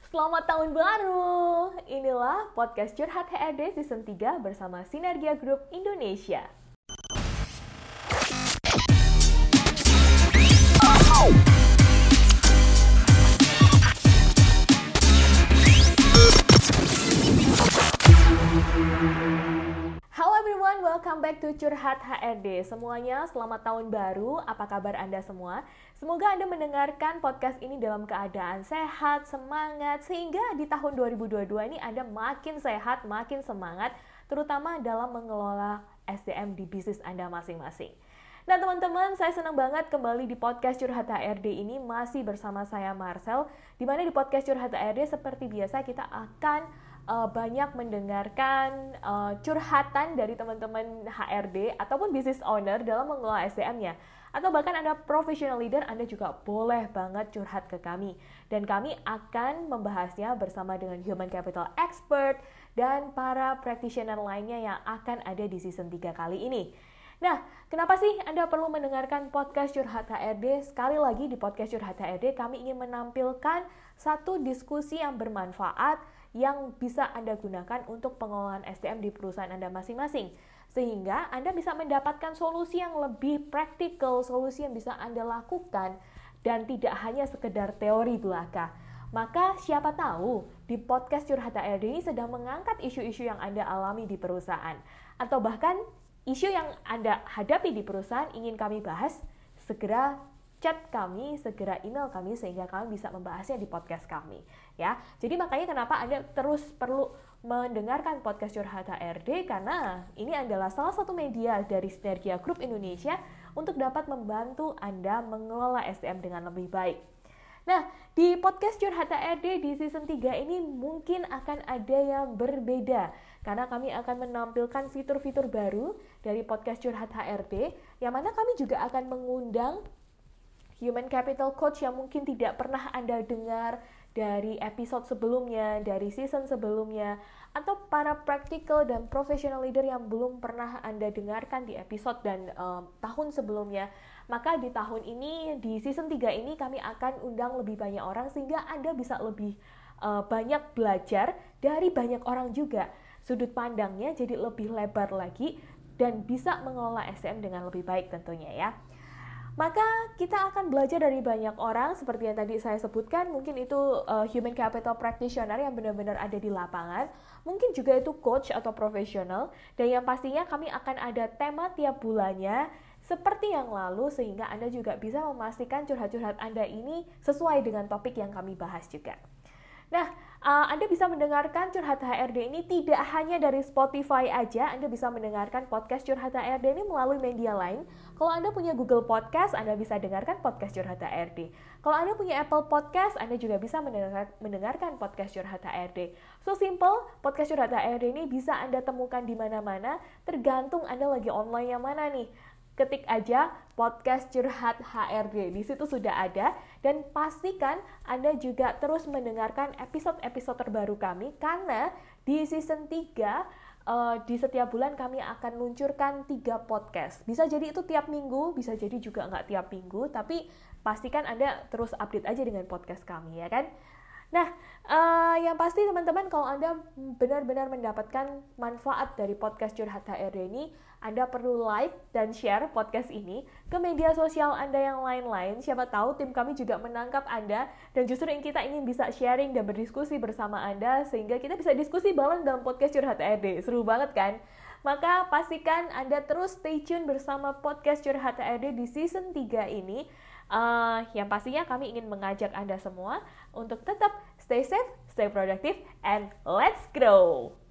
Selamat tahun baru! Inilah podcast Curhat HRD Season 3 bersama Sinergia Group Indonesia. Halo everyone, welcome back to Curhat HRD. Semuanya selamat tahun baru, apa kabar Anda semua? Semoga Anda mendengarkan podcast ini dalam keadaan sehat, semangat, sehingga di tahun 2022 ini Anda makin sehat, makin semangat, terutama dalam mengelola SDM di bisnis Anda masing-masing. Nah teman-teman, saya senang banget kembali di podcast Curhat HRD ini masih bersama saya Marcel, di mana di podcast Curhat HRD seperti biasa kita akan banyak mendengarkan curhatan dari teman-teman HRD ataupun business owner dalam mengelola SDM-nya. Atau bahkan Anda professional leader, Anda juga boleh banget curhat ke kami. Dan kami akan membahasnya bersama dengan human capital expert dan para practitioner lainnya yang akan ada di season 3 kali ini. Nah, kenapa sih Anda perlu mendengarkan podcast Curhat HRD? Sekali lagi di podcast Curhat HRD kami ingin menampilkan satu diskusi yang bermanfaat yang bisa Anda gunakan untuk pengelolaan SDM di perusahaan Anda masing-masing. Sehingga Anda bisa mendapatkan solusi yang lebih praktikal, solusi yang bisa Anda lakukan dan tidak hanya sekedar teori belaka. Maka siapa tahu di podcast Curhat HRD ini sedang mengangkat isu-isu yang Anda alami di perusahaan. Atau bahkan isu yang Anda hadapi di perusahaan ingin kami bahas, segera chat kami, segera email kami sehingga kami bisa membahasnya di podcast kami. Ya, jadi makanya kenapa Anda terus perlu mendengarkan podcast Curhat HRD karena ini adalah salah satu media dari Sinergia Group Indonesia untuk dapat membantu Anda mengelola SDM dengan lebih baik. Nah, di podcast Curhat HRD di season 3 ini mungkin akan ada yang berbeda karena kami akan menampilkan fitur-fitur baru dari podcast Curhat HRD yang mana kami juga akan mengundang human capital coach yang mungkin tidak pernah Anda dengar dari episode sebelumnya, dari season sebelumnya, atau para practical dan professional leader yang belum pernah Anda dengarkan di episode dan tahun sebelumnya. Maka di tahun ini, di season 3 ini kami akan undang lebih banyak orang sehingga Anda bisa lebih banyak belajar dari banyak orang juga. Sudut pandangnya jadi lebih lebar lagi dan bisa mengelola SDM dengan lebih baik tentunya ya. Maka kita akan belajar dari banyak orang seperti yang tadi saya sebutkan, mungkin itu human capital practitioner yang benar-benar ada di lapangan, mungkin juga itu coach atau profesional, dan yang pastinya kami akan ada tema tiap bulannya seperti yang lalu sehingga Anda juga bisa memastikan curhat-curhat Anda ini sesuai dengan topik yang kami bahas juga. Nah, Anda bisa mendengarkan Curhat HRD ini tidak hanya dari Spotify aja, Anda bisa mendengarkan podcast Curhat HRD ini melalui media lain. Kalau Anda punya Google Podcast, Anda bisa dengarkan podcast Curhat HRD. Kalau Anda punya Apple Podcast, Anda juga bisa mendengarkan podcast Curhat HRD. So simple, podcast Curhat HRD ini bisa Anda temukan di mana-mana, tergantung Anda lagi online yang mana nih. Ketik aja podcast Curhat HRD, di situ sudah ada, dan pastikan Anda juga terus mendengarkan episode-episode terbaru kami karena di season 3 di setiap bulan kami akan luncurkan 3 podcast. Bisa jadi itu tiap minggu, bisa jadi juga nggak tiap minggu, tapi pastikan Anda terus update aja dengan podcast kami ya kan. Nah, yang pasti teman-teman kalau Anda benar-benar mendapatkan manfaat dari podcast Curhat HRD ini, Anda perlu like dan share podcast ini ke media sosial Anda yang lain-lain. Siapa tahu tim kami juga menangkap Anda dan justru kita ingin bisa sharing dan berdiskusi bersama Anda sehingga kita bisa diskusi bareng dalam podcast Curhat HRD. Seru banget kan? Maka pastikan Anda terus stay tune bersama podcast Curhat HRD di season 3 ini. Yang pastinya kami ingin mengajak Anda semua untuk tetap stay safe, stay productive, and let's grow!